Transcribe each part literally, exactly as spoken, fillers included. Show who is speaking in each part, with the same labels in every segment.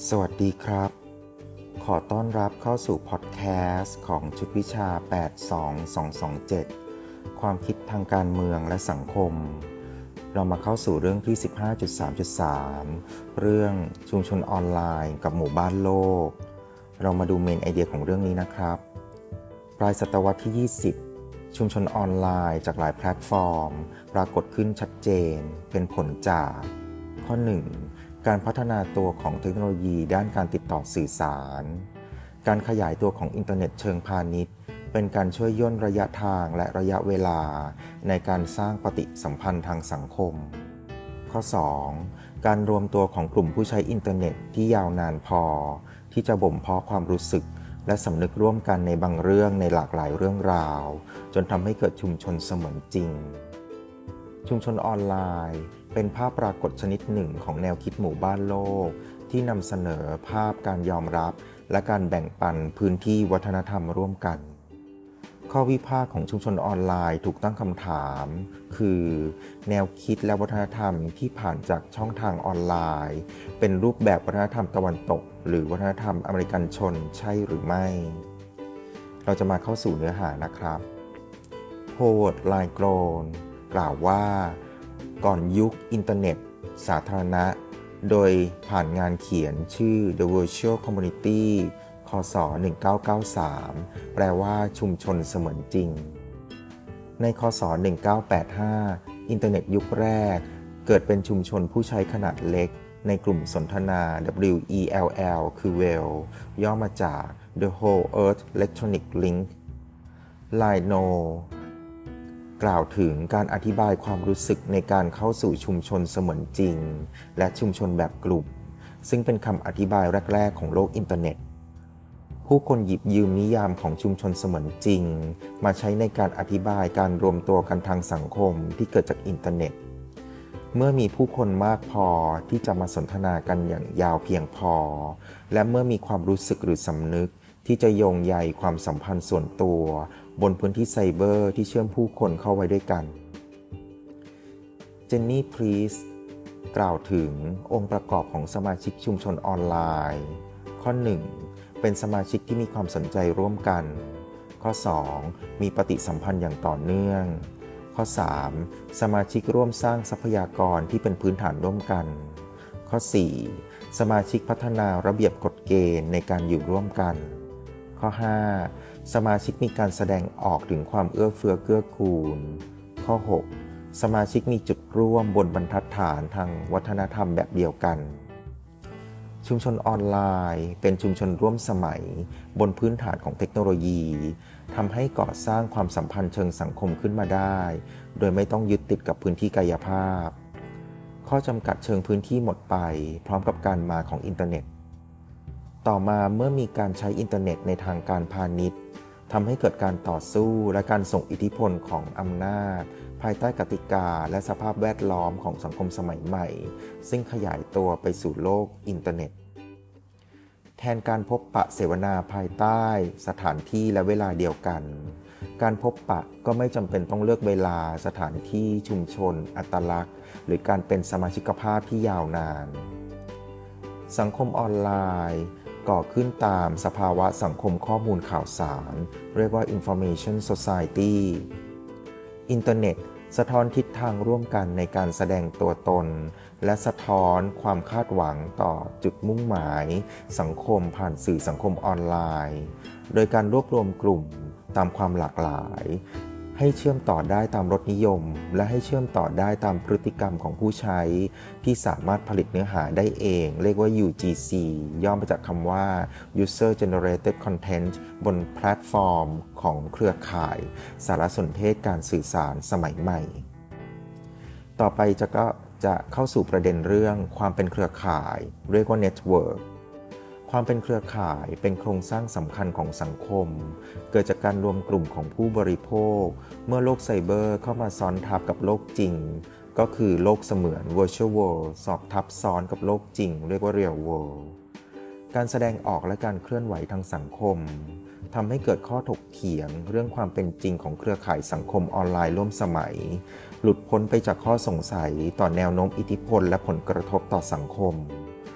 Speaker 1: สวัสดีครับขอต้อนรับเข้าสู่พอดแคสต์ของชุดวิชาแปด สอง สอง สอง เจ็ดความคิดทางการเมืองและสังคมเรามาเข้าสู่เรื่องที่ สิบห้าจุดสามจุดสาม เรื่องชุมชนออนไลน์กับหมู่บ้านโลกเรามาดูเมนไอเดียของเรื่องนี้นะครับปลายศตวรรษที่ ยี่สิบ ชุมชนออนไลน์จากหลายแพลตฟอร์มปรากฏขึ้นชัดเจนเป็นผลจากข้อ หนึ่งการพัฒนาตัวของเทคโนโลยีด้านการติดต่อสื่อสารการขยายตัวของอินเทอร์เน็ตเชิงพาณิชย์เป็นการช่วยย่นระยะทางและระยะเวลาในการสร้างปฏิสัมพันธ์ทางสังคมข้อ สอง การรวมตัวของกลุ่มผู้ใช้อินเทอร์เน็ตที่ยาวนานพอที่จะบ่มเพาะความรู้สึกและสำนึกร่วมกันในบางเรื่องในหลากหลายเรื่องราวจนทำให้เกิดชุมชนเสมือนจริงชุมชนออนไลน์เป็นภาพปรากฏชนิดหนึ่งของแนวคิดหมู่บ้านโลกที่นำเสนอภาพการยอมรับและการแบ่งปันพื้นที่วัฒนธรรมร่วมกันข้อวิพากษ์ของชุมชนออนไลน์ถูกตั้งคำถามคือแนวคิดและวัฒนธรรมที่ผ่านจากช่องทางออนไลน์เป็นรูปแบบวัฒนธรรมตะวันตกหรือวัฒนธรรมอเมริกันชนใช่หรือไม่เราจะมาเข้าสู่เนื้อหานะครับโฮเวิร์ด ไลน์โกรนกล่าวว่าก่อนยุคอินเทอร์เน็ตสาธารณะโดยผ่านงานเขียนชื่อ The Virtual Community ค.ศ. หนึ่งพันเก้าร้อยเก้าสิบสามแปลว่าชุมชนเสมือนจริงในค.ศ. หนึ่งพันเก้าร้อยแปดสิบห้าอินเทอร์เน็ตยุคแรกเกิดเป็นชุมชนผู้ใช้ขนาดเล็กในกลุ่มสนทนา ดับเบิลยู อี แอล แอล คือ วี อี แอล ย่อมาจาก The Whole Earth Electronic Link ไลโนกล่าวถึงการอธิบายความรู้สึกในการเข้าสู่ชุมชนเสมือนจริงและชุมชนแบบกลุ่มซึ่งเป็นคำอธิบายแรกๆของโลกอินเทอร์เน็ตผู้คนหยิบยืมนิยามของชุมชนเสมือนจริงมาใช้ในการอธิบายการรวมตัวกันทางสังคมที่เกิดจากอินเทอร์เน็ตเมื่อมีผู้คนมากพอที่จะมาสนทนากันอย่างยาวเพียงพอและเมื่อมีความรู้สึกหรือสำนึกที่จะโยงใยความสัมพันธ์ส่วนตัวบนพื้นที่ไซเบอร์ที่เชื่อมผู้คนเข้าไว้ด้วยกันเจนนี่พรีสกล่าวถึงองค์ประกอบของสมาชิกชุมชนออนไลน์ข้อ หนึ่ง เป็นสมาชิกที่มีความสนใจร่วมกันข้อ สอง มีปฏิสัมพันธ์อย่างต่อเนื่องข้อ สาม สมาชิกร่วมสร้างทรัพยากรที่เป็นพื้นฐานร่วมกันข้อ สี่ สมาชิกพัฒนาระเบียบกฎเกณฑ์ในการอยู่ร่วมกันข้อ ห้า สมาชิกมีการแสดงออกถึงความเอื้อเฟื้อเกื้อกูลข้อ หก สมาชิกมีจุดร่วมบนบรรทัดฐานทางวัฒนธรรมแบบเดียวกันชุมชนออนไลน์เป็นชุมชนร่วมสมัยบนพื้นฐานของเทคโนโลยีทำให้ก่อสร้างความสัมพันธ์เชิงสังคมขึ้นมาได้โดยไม่ต้องยึดติดกับพื้นที่กายภาพข้อจำกัดเชิงพื้นที่หมดไปพร้อมกับการมาของอินเทอร์เน็ตต่อมาเมื่อมีการใช้อินเทอร์เน็ตในทางการพาณิชย์ทำให้เกิดการต่อสู้และการส่งอิทธิพลของอำนาจภายใต้กติกาและสภาพแวดล้อมของสังคมสมัยใหม่ซึ่งขยายตัวไปสู่โลกอินเทอร์เน็ตแทนการพบปะเสวนาภายใต้สถานที่และเวลาเดียวกันการพบปะก็ไม่จำเป็นต้องเลือกเวลาสถานที่ชุมชนอัตลักษณ์หรือการเป็นสมาชิกภาพที่ยาวนานสังคมออนไลน์ก่อขึ้นตามสภาวะสังคมข้อมูลข่าวสารเรียกว่า Information Society อินเทอร์เน็ตสะท้อนทิศทางร่วมกันในการแสดงตัวตนและสะท้อนความคาดหวังต่อจุดมุ่งหมายสังคมผ่านสื่อสังคมออนไลน์โดยการรวบรวมกลุ่มตามความหลากหลายให้เชื่อมต่อได้ตามรสนิยมและให้เชื่อมต่อได้ตามพฤติกรรมของผู้ใช้ที่สามารถผลิตเนื้อหาได้เองเรียกว่า ยู จี ซี ย่อมาจากคำว่า User Generated Content บนแพลตฟอร์มของเครือข่ายสารสนเทศการสื่อสารสมัยใหม่ต่อไปจะก็จะเข้าสู่ประเด็นเรื่องความเป็นเครือข่ายเรียกว่า Networkความเป็นเครือข่ายเป็นโครงสร้างสำคัญของสังคมเกิดจากการรวมกลุ่มของผู้บริโภคเมื่อโลกไซเบอร์เข้ามาซ้อนทับกับโลกจริงก็คือโลกเสมือน Virtual World สอบทับซ้อนกับโลกจริงเรียกว่า Real World การแสดงออกและการเคลื่อนไหวทางสังคมทำให้เกิดข้อถกเถียงเรื่องความเป็นจริงของเครือข่ายสังคมออนไลน์ร่วมสมัยหลุดพ้นไปจากข้อสงสัยต่อแนวโน้มอิทธิพลและผลกระทบต่อสังคม ข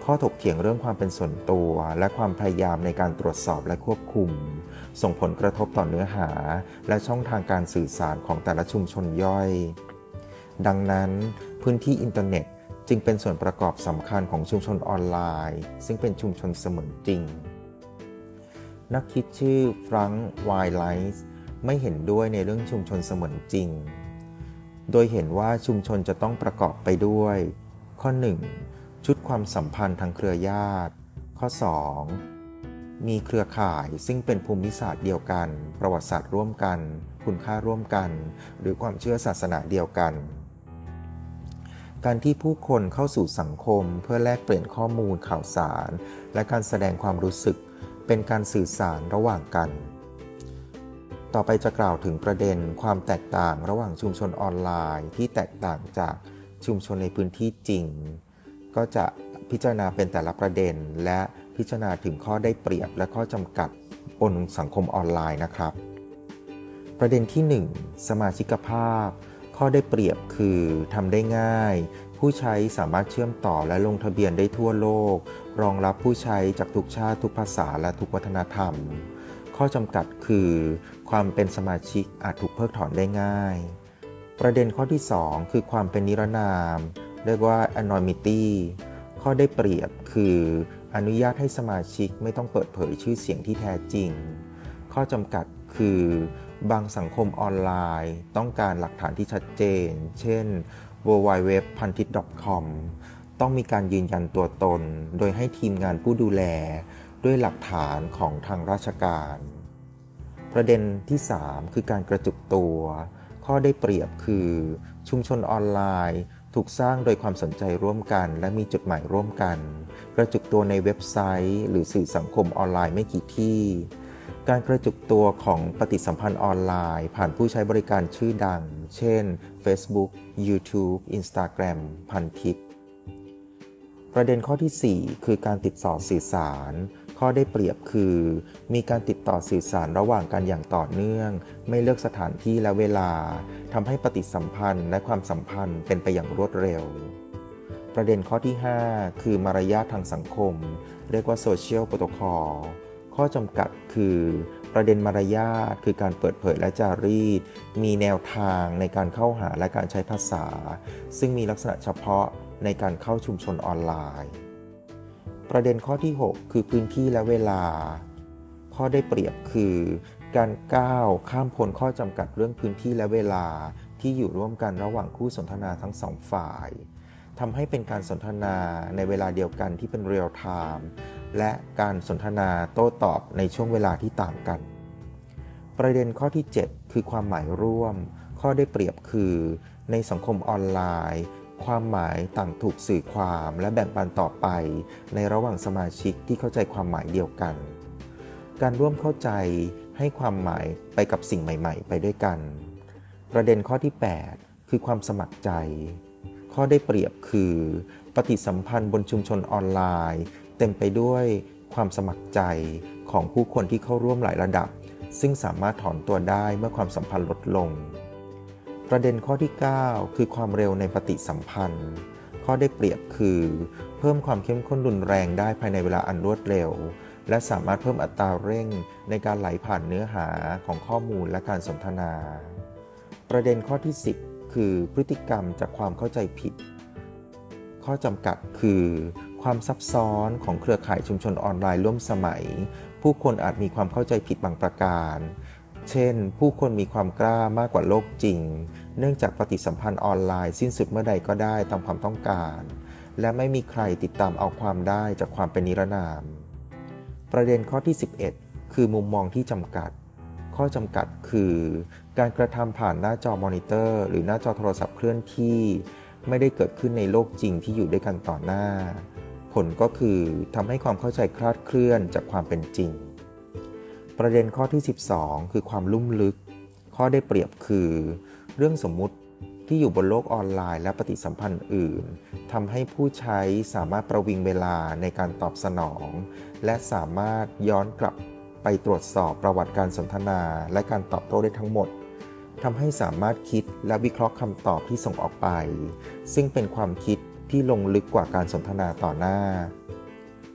Speaker 1: ข้อถกเถียงเรื่องความเป็นส่วนตัวและความพยายามในการตรวจสอบและควบคุมส่งผลกระทบต่อเนื้อหาและช่องทางการสื่อสารของแต่ละชุมชนย่อยดังนั้นพื้นที่อินเทอร์เน็ตจึงเป็นส่วนประกอบสำคัญของชุมชนออนไลน์ซึ่งเป็นชุมชนเสมือนจริงนักคิดชื่อฟรังก์ ไวล์ไลท์ไม่เห็นด้วยในเรื่องชุมชนเสมือนจริงโดยเห็นว่าชุมชนจะต้องประกอบไปด้วยข้อหนึ่งชุดความสัมพันธ์ทางเครือญาติข้อสองมีเครือข่ายซึ่งเป็นภูมิศาสตร์เดียวกันประวัติศาสตร์ร่วมกันคุณค่าร่วมกันหรือความเชื่อศาสนาเดียวกันการที่ผู้คนเข้าสู่สังคมเพื่อแลกเปลี่ยนข้อมูลข่าวสารและการแสดงความรู้สึกเป็นการสื่อสารระหว่างกันต่อไปจะกล่าวถึงประเด็นความแตกต่างระหว่างชุมชนออนไลน์ที่แตกต่างจากชุมชนในพื้นที่จริงก็จะพิจารณาเป็นแต่ละประเด็นและพิจารณาถึงข้อได้เปรียบและข้อจำกัดบนสังคมออนไลน์นะครับประเด็นที่หนึ่งสมาชิกภาพข้อได้เปรียบคือทำได้ง่ายผู้ใช้สามารถเชื่อมต่อและลงทะเบียนได้ทั่วโลกรองรับผู้ใช้จากทุกชาติทุกภาษาและทุกวัฒนธรรมข้อจำกัดคือความเป็นสมาชิกอาจถูกเพิกถอนได้ง่ายประเด็นข้อที่สองคือความเป็นนิรนามเรียกว่า anonymity ข้อได้เปรียบคืออนุญาตให้สมาชิกไม่ต้องเปิดเผยชื่อเสียงที่แท้จริงข้อจำกัดคือบางสังคมออนไลน์ต้องการหลักฐานที่ชัดเจนเช่น ดับเบิลยู ดับเบิลยู ดับเบิลยู ดอท พันทิป ดอท คอม ต้องมีการยืนยันตัวตนโดยให้ทีมงานผู้ดูแลด้วยหลักฐานของทางราชการประเด็นที่สามคือการกระจุกตัวข้อได้เปรียบคือชุมชนออนไลน์ถูกสร้างโดยความสนใจร่วมกันและมีจุดหมายร่วมกันกระจุกตัวในเว็บไซต์หรือสื่อสังคมออนไลน์ไม่กี่ที่การกระจุกตัวของปฏิสัมพันธ์ออนไลน์ผ่านผู้ใช้บริการชื่อดังเช่น Facebook YouTube Instagram พันทิปประเด็นข้อที่สี่คือการติดต่อสื่อสารข้อได้เปรียบคือมีการติดต่อสื่อสารระหว่างกันอย่างต่อเนื่องไม่เลือกสถานที่และเวลาทำให้ปฏิสัมพันธ์และความสัมพันธ์เป็นไปอย่างรวดเร็วประเด็นข้อที่ห้าคือมารยาททางสังคมเรียกว่า Social Protocol ข้อจำกัดคือประเด็นมารยาทคือการเปิดเผยและจารีตมีแนวทางในการเข้าหาและการใช้ภาษาซึ่งมีลักษณะเฉพาะในการเข้าชุมชนออนไลน์ประเด็นข้อที่หกคือพื้นที่และเวลาข้อได้เปรียบคือการก้าวข้ามพ้นข้อจำกัดเรื่องพื้นที่และเวลาที่อยู่ร่วมกันระหว่างคู่สนทนาทั้งสองฝ่ายทำให้เป็นการสนทนาในเวลาเดียวกันที่เป็นเรียลไทม์และการสนทนาโต้ตอบในช่วงเวลาที่ต่างกันประเด็นข้อที่เจ็ดคือความหมายร่วมข้อได้เปรียบคือในสังคมออนไลน์ความหมายต่างถูกสื่อความและแบ่งปันต่อไปในระหว่างสมาชิกที่เข้าใจความหมายเดียวกันการร่วมเข้าใจให้ความหมายไปกับสิ่งใหม่ๆไปด้วยกันประเด็นข้อที่แปดคือความสมัครใจข้อได้เปรียบคือปฏิสัมพันธ์บนชุมชนออนไลน์เต็มไปด้วยความสมัครใจของผู้คนที่เข้าร่วมหลายระดับซึ่งสามารถถอนตัวได้เมื่อความสัมพันธ์ลดลงประเด็นข้อที่เก้าคือความเร็วในปฏิสัมพันธ์ข้อได้เปรียบคือเพิ่มความเข้มข้นรุนแรงได้ภายในเวลาอันรวดเร็วและสามารถเพิ่มอัตราเร่งในการไหลผ่านเนื้อหาของข้อมูลและการสนทนาประเด็นข้อที่สิบคือพฤติกรรมจากความเข้าใจผิดข้อจำกัดคือความซับซ้อนของเครือข่ายชุมชนออนไลน์ร่วมสมัยผู้คนอาจมีความเข้าใจผิดบางประการเช่นผู้คนมีความกล้ามากกว่าโลกจริงเนื่องจากปฏิสัมพันธ์ออนไลน์สิ้นสุดเมื่อใดก็ได้ตามความต้องการและไม่มีใครติดตามเอาความได้จากความเป็นนิรนามประเด็นข้อที่สิบเอ็ดคือมุมมองที่จำกัดข้อจำกัดคือการกระทำผ่านหน้าจอมอนิเตอร์หรือหน้าจอโทรศัพท์เคลื่อนที่ไม่ได้เกิดขึ้นในโลกจริงที่อยู่ด้วยกันต่อหน้าผลก็คือทำให้ความเข้าใจคลาดเคลื่อนจากความเป็นจริงประเด็นข้อที่สิบสองคือความลุ่มลึกข้อได้เปรียบคือเรื่องสมมุติที่อยู่บนโลกออนไลน์และปฏิสัมพันธ์อื่นทำให้ผู้ใช้สามารถประวิงเวลาในการตอบสนองและสามารถย้อนกลับไปตรวจสอบประวัติการสนทนาและการตอบโต้ได้ทั้งหมดทำให้สามารถคิดและวิเคราะห์คำตอบที่ส่งออกไปซึ่งเป็นความคิดที่ลงลึกกว่าการสนทนาต่อหน้า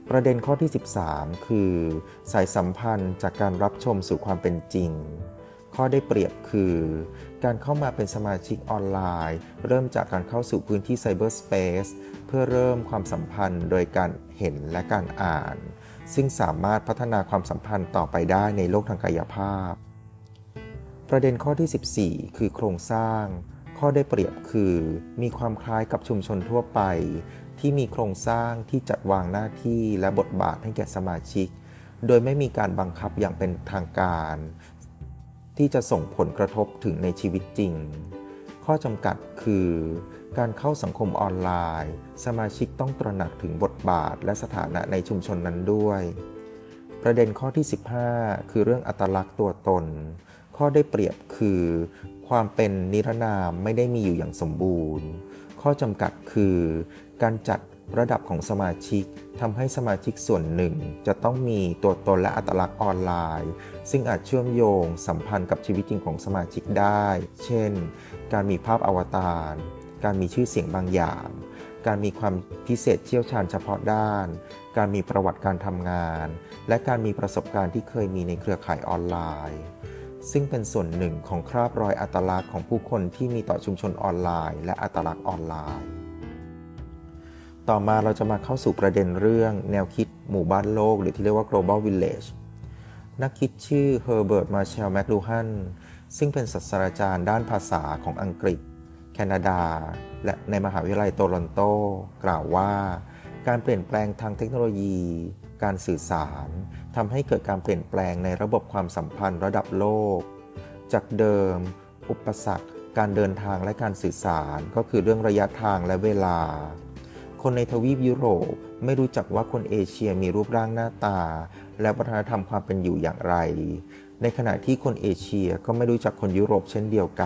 Speaker 1: ประเด็นข้อที่สิบสามคือสายสัมพันธ์จากการรับชมสู่ความเป็นจริงข้อได้เปรียบคือการเข้ามาเป็นสมาชิกออนไลน์เริ่มจากการเข้าสู่พื้นที่ไซเบอร์สเปซเพื่อเริ่มความสัมพันธ์โดยการเห็นและการอ่านซึ่งสามารถพัฒนาความสัมพันธ์ต่อไปได้ในโลกทางกายภาพประเด็นข้อที่สิบสี่คือโครงสร้างข้อได้เปรียบคือมีความคล้ายกับชุมชนทั่วไปที่มีโครงสร้างที่จัดวางหน้าที่และบทบาทให้แก่สมาชิกโดยไม่มีการบังคับอย่างเป็นทางการที่จะส่งผลกระทบถึงในชีวิตจริงข้อจำกัดคือการเข้าสังคมออนไลน์สมาชิกต้องตระหนักถึงบทบาทและสถานะในชุมชนนั้นด้วยประเด็นข้อที่สิบห้าคือเรื่องอัตลักษณ์ตัวตนข้อได้เปรียบคือความเป็นนิรนามไม่ได้มีอยู่อย่างสมบูรณ์ข้อจำกัดคือการจัดระดับของสมาชิกทำให้สมาชิกส่วนหนึ่งจะต้องมีตัวตนและอัตลักษณ์ออนไลน์ซึ่งอาจเชื่อมโยงสัมพันธ์กับชีวิตจริงของสมาชิกได้เช่นการมีภาพอวตารการมีชื่อเสียงบางอย่างการมีความพิเศษเชี่ยวชาญเฉพาะด้านการมีประวัติการทำงานและการมีประสบการณ์ที่เคยมีในเครือข่ายออนไลน์ซึ่งเป็นส่วนหนึ่งของคราบรอยอัตลักษณ์ของผู้คนที่มีต่อชุมชนออนไลน์และอัตลักษณ์ออนไลน์ต่อมาเราจะมาเข้าสู่ประเด็นเรื่องแนวคิดหมู่บ้านโลกหรือที่เรียกว่า global village นักคิดชื่อ Herbert Marshall McLuhan ซึ่งเป็นศาสตราจารย์ด้านภาษาของอังกฤษแคนาดาและในมหาวิทยาลัยโตรอนโตกล่าวว่าการเปลี่ยนแปลงทางเทคโนโลยีการสื่อสารทำให้เกิดการเปลี่ยนแปลงในระบบความสัมพันธ์ระดับโลกจากเดิมอุปสรรคการเดินทางและการสื่อสารก็คือเรื่องระยะทางและเวลาคนในทวีปยุโรปไม่รู้จักว่าคนเอเชียมีรูปร่างหน้าตาและวัฒนธรรมความเป็นอยู่อย่างไรในขณะที่คนเอเชียก็ไม่รู้จักคนยุโรปเช่นเดียวกัน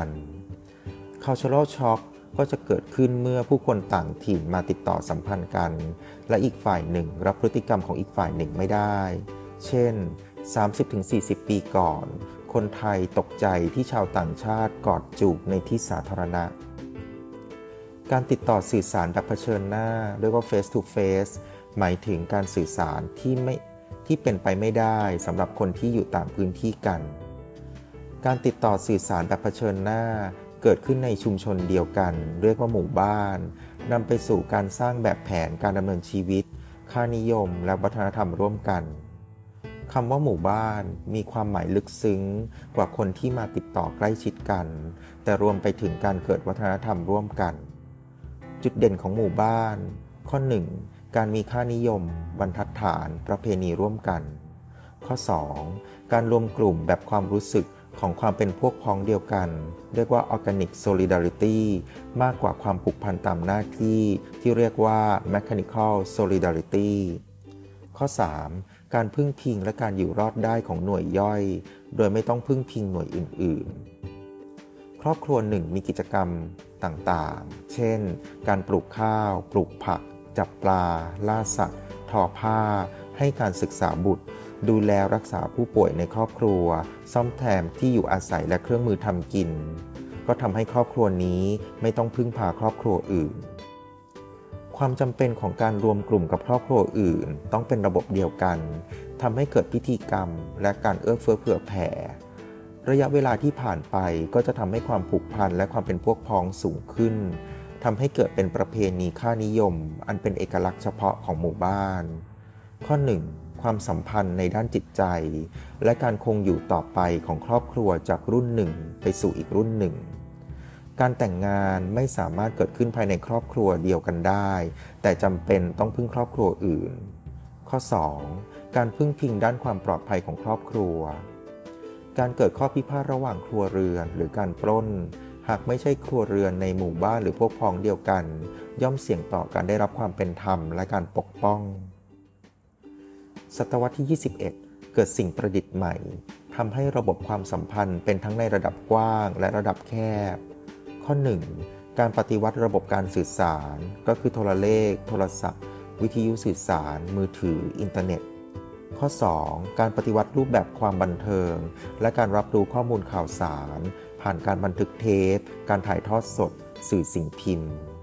Speaker 1: Cultural Shock ก็จะเกิดขึ้นเมื่อผู้คนต่างถิ่นมาติดต่อสัมพันธ์กันและอีกฝ่ายหนึ่งรับพฤติกรรมของอีกฝ่ายหนึ่งไม่ได้เช่น สามสิบถึงสี่สิบ ปีก่อนคนไทยตกใจที่ชาวต่างชาติกอดจูบในที่สาธารณะการติดต่อสื่อสารแบบเผชิญหน้าเรียกว่า face to face หมายถึงการสื่อสารที่ไม่ที่เป็นไปไม่ได้สำหรับคนที่อยู่ต่างพื้นที่กันการติดต่อสื่อสารแบบเผชิญหน้าเกิดขึ้นในชุมชนเดียวกันเรียกว่าหมู่บ้านนำไปสู่การสร้างแบบแผนการดำเนินชีวิตค่านิยมและวัฒนธรรมร่วมกันคำว่าหมู่บ้านมีความหมายลึกซึ้งกว่าคนที่มาติดต่อใกล้ชิดกันแต่รวมไปถึงการเกิดวัฒนธรรมร่วมกันจุดเด่นของหมู่บ้านข้อหนึ่งการมีค่านิยมบรรทัดฐานประเพณีร่วมกันข้อสองการรวมกลุ่มแบบความรู้สึกของความเป็นพวกพ้องเดียวกันเรียกว่า organic solidarity มากกว่าความผูกพันตามหน้าที่ที่เรียกว่า mechanical solidarity ข้อสามการพึ่งพิงและการอยู่รอดได้ของหน่วยย่อยโดยไม่ต้องพึ่งพิงหน่วยอื่นๆครอบครัวหนึ่งมีกิจกรรมต่างๆเช่นการปลูกข้าวปลูกผักจับปลาล่าสัตว์ทอผ้าให้การศึกษาบุตรดูแลรักษาผู้ป่วยในครอบครัวซ่อมแซมที่อยู่อาศัยและเครื่องมือทำกินก็ทำให้ครอบครัวนี้ไม่ต้องพึ่งพาครอบครัวอื่นความจำเป็นของการรวมกลุ่มกับครอบครัวอื่นต้องเป็นระบบเดียวกันทำให้เกิดพิธีกรรมและการเอื้อเฟื้อเผื่อแผ่ระยะเวลาที่ผ่านไปก็จะทำให้ความผูกพันและความเป็นพวกพ้องสูงขึ้นทำให้เกิดเป็นประเพณีค่านิยมอันเป็นเอกลักษณ์เฉพาะของหมู่บ้านข้อหนึ่งความสัมพันธ์ในด้านจิตใจและการคงอยู่ต่อไปของครอบครัวจากรุ่นหนึ่งไปสู่อีกรุ่นหนึ่งการแต่งงานไม่สามารถเกิดขึ้นภายในครอบครัวเดียวกันได้แต่จำเป็นต้องพึ่งครอบครัวอื่นข้อสองการพึ่งพิงด้านความปลอดภัยของครอบครัวการเกิดข้อพิพาทระหว่างครัวเรือนหรือการปล้นหากไม่ใช่ครัวเรือนในหมู่บ้านหรือพวกพ้องเดียวกันย่อมเสี่ยงต่อการได้รับความเป็นธรรมและการปกป้องศตวรรษที่ยี่สิบเอ็ดเกิดสิ่งประดิษฐ์ใหม่ทำให้ระบบความสัมพันธ์เป็นทั้งในระดับกว้างและระดับแคบข้อหนึ่งการปฏิวัติระบบการสื่อสารก็คือโทรเลขโทรศัพท์วิทยุสื่อสารมือถืออินเทอร์เน็ตข้อสองการปฏิวัติรูปแบบความบันเทิงและการรับรู้ข้อมูลข่าวสารผ่านการบันทึกเทปการถ่ายทอดสดสื่อสิ่งพิมพ์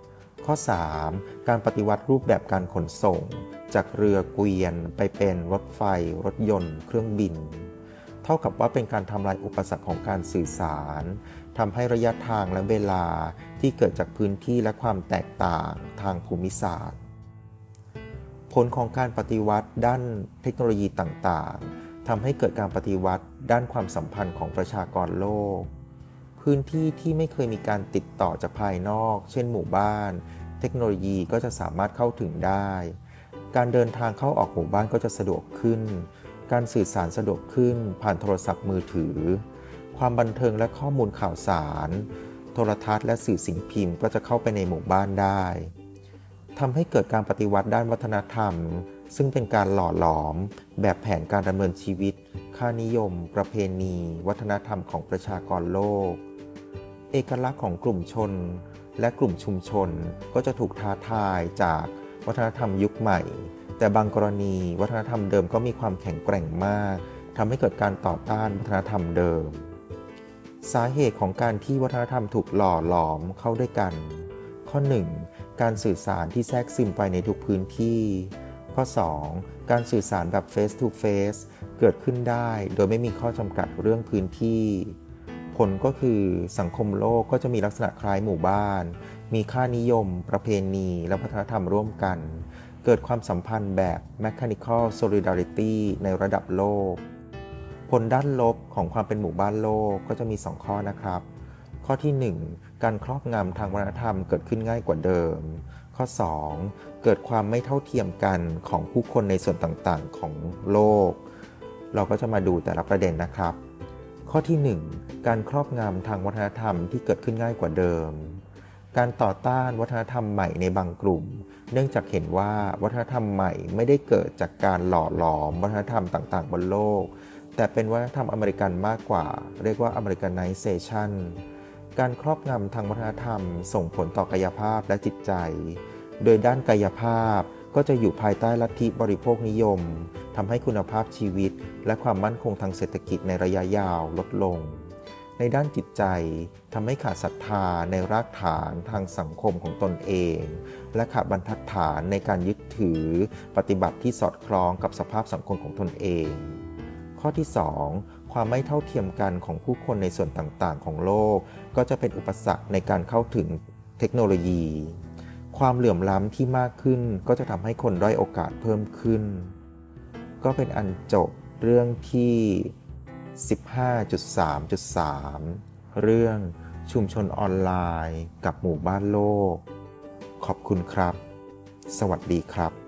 Speaker 1: ข้อ สาม การปฏิวัติรูปแบบการขนส่งจากเรือเกวียนไปเป็นรถไฟรถยนต์เครื่องบินเท่ากับว่าเป็นการทำลายอุปสรรคของการสื่อสารทำให้ระยะทางและเวลาที่เกิดจากพื้นที่และความแตกต่างทางภูมิศาสตร์ผลของการปฏิวัติด้านเทคโนโลยีต่างๆทำให้เกิดการปฏิวัติด้านความสัมพันธ์ของประชากรโลกพื้นที่ที่ไม่เคยมีการติดต่อจากภายนอกเช่นหมู่บ้านเทคโนโลยีก็จะสามารถเข้าถึงได้การเดินทางเข้าออกหมู่บ้านก็จะสะดวกขึ้นการสื่อสารสะดวกขึ้นผ่านโทรศัพท์มือถือความบันเทิงและข้อมูลข่าวสารโทรทัศน์และสื่อสิ่งพิมพ์ก็จะเข้าไปในหมู่บ้านได้ทำให้เกิดการปฏิวัติด้านวัฒนธรรมซึ่งเป็นการหล่อหลอมแบบแผนการดำเนินชีวิตค่านิยมประเพณีวัฒนธรรมของประชากรโลกเอกลักษณ์ของกลุ่มชนและกลุ่มชุมชนก็จะถูกท้าทายจากวัฒนธรรมยุคใหม่แต่บางกรณีวัฒนธรรมเดิมก็มีความแข็งแกร่งมากทำให้เกิดการต่อต้านวัฒนธรรมเดิมสาเหตุของการที่วัฒนธรรมถูกหล่อหลอมเข้าด้วยกันข้อ หนึ่ง การสื่อสารที่แทรกซึมไปในทุกพื้นที่ข้อ สอง การสื่อสารแบบ face to face เกิดขึ้นได้โดยไม่มีข้อจำกัดเรื่องพื้นที่ผลก็คือสังคมโลกก็จะมีลักษณะคล้ายหมู่บ้านมีค่านิยมประเพณีและวัฒนธรรมร่วมกันเกิดความสัมพันธ์แบบ mechanical solidarity ในระดับโลกผลด้านลบของความเป็นหมู่บ้านโลกก็จะมีสองข้อนะครับข้อที่หนึ่งการครอบงำทางวัฒนธรรมเกิดขึ้นง่ายกว่าเดิมข้อสองเกิดความไม่เท่าเทียมกันของผู้คนในส่วนต่างๆของโลกเราก็จะมาดูแต่ละประเด็นนะครับข้อที่หนึ่งการครอบงำทางวัฒนธรรมที่เกิดขึ้นง่ายกว่าเดิมการต่อต้านวัฒนธรรมใหม่ในบางกลุ่มเนื่องจากเห็นว่าวัฒนธรรมใหม่ไม่ได้เกิดจากการหล่อหลอมวัฒนธรรมต่างๆบนโลกแต่เป็นวัฒนธรรมอเมริกันมากกว่าเรียกว่า Americanization การครอบงำทางวัฒนธรรมส่งผลต่อกายภาพและจิตใจโดยด้านกายภาพก็จะอยู่ภายใต้ลัทธิบริโภคนิยมทำให้คุณภาพชีวิตและความมั่นคงทางเศรษฐกิจในระยะยาวลดลงในด้านจิตใจทำให้ขาดศรัทธาในรากฐานทางสังคมของตนเองและขาดบรรทัดฐานในการยึดถือปฏิบัติที่สอดคล้องกับสภาพสังคมของตนเองข้อที่สองความไม่เท่าเทียมกันของผู้คนในส่วนต่างๆของโลกก็จะเป็นอุปสรรคในการเข้าถึงเทคโนโลยีความเหลื่อมล้ำที่มากขึ้นก็จะทำให้คนด้อยโอกาสเพิ่มขึ้นก็เป็นอันจบเรื่องที่ สิบห้าจุดสามจุดสาม เรื่องชุมชนออนไลน์กับหมู่บ้านโลกขอบคุณครับสวัสดีครับ